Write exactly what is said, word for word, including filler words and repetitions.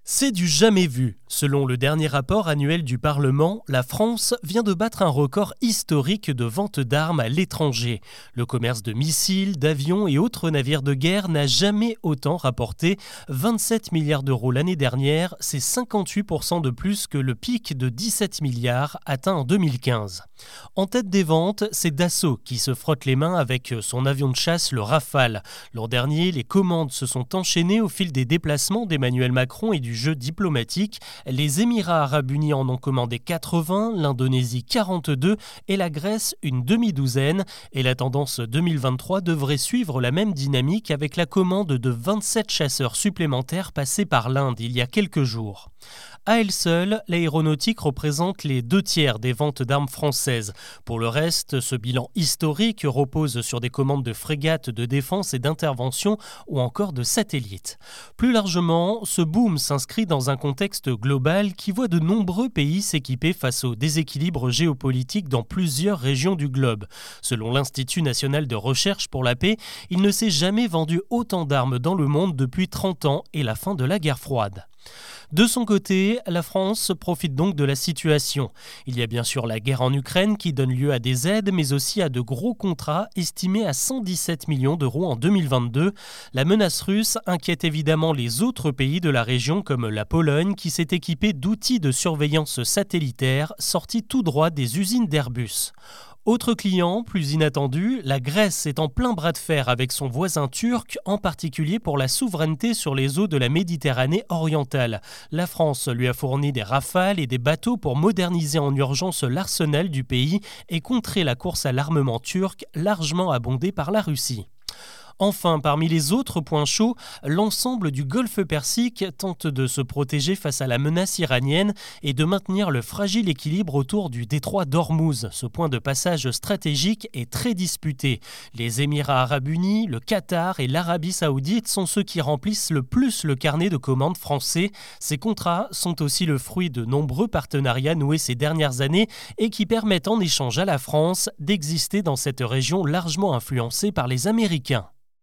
C'est du jamais vu. Selon le dernier rapport annuel du Parlement, la France vient de battre un record historique de vente d'armes à l'étranger. Le commerce de missiles, d'avions et autres navires de guerre n'a jamais autant rapporté. vingt-sept milliards d'euros l'année dernière, c'est cinquante-huit pour cent de plus que le pic de dix-sept milliards atteint en deux mille quinze. En tête des ventes, c'est Dassault qui se frotte les mains avec son avion de chasse, le Rafale. L'an dernier, les commandes se sont enchaînées au fil des déplacements d'Emmanuel Macron et du jeu diplomatique. Les Émirats arabes unis en ont commandé quatre-vingts, l'Indonésie quarante-deux et la Grèce une demi-douzaine. Et la tendance deux mille vingt-trois devrait suivre la même dynamique avec la commande de vingt-sept chasseurs supplémentaires passés par l'Inde il y a quelques jours. À elle seule, l'aéronautique représente les deux tiers des ventes d'armes françaises. Pour le reste, ce bilan historique repose sur des commandes de frégates de défense et d'intervention ou encore de satellites. Plus largement, ce boom s'inscrit dans un contexte global qui voit de nombreux pays s'équiper face au déséquilibre géopolitique dans plusieurs régions du globe. Selon l'Institut national de recherche pour la paix, il ne s'est jamais vendu autant d'armes dans le monde depuis trente ans et la fin de la guerre froide. De son côté, la France profite donc de la situation. Il y a bien sûr la guerre en Ukraine qui donne lieu à des aides, mais aussi à de gros contrats estimés à cent dix-sept millions d'euros en deux mille vingt-deux. La menace russe inquiète évidemment les autres pays de la région comme la Pologne qui s'est équipée d'outils de surveillance satellitaire sortis tout droit des usines d'Airbus. Autre client, plus inattendu, la Grèce est en plein bras de fer avec son voisin turc, en particulier pour la souveraineté sur les eaux de la Méditerranée orientale. La France lui a fourni des Rafales et des bateaux pour moderniser en urgence l'arsenal du pays et contrer la course à l'armement turc, largement abondé par la Russie. Enfin, parmi les autres points chauds, l'ensemble du Golfe Persique tente de se protéger face à la menace iranienne et de maintenir le fragile équilibre autour du détroit d'Ormuz. Ce point de passage stratégique est très disputé. Les Émirats arabes unis, le Qatar et l'Arabie saoudite sont ceux qui remplissent le plus le carnet de commandes français. Ces contrats sont aussi le fruit de nombreux partenariats noués ces dernières années et qui permettent en échange à la France d'exister dans cette région largement influencée par les Américains.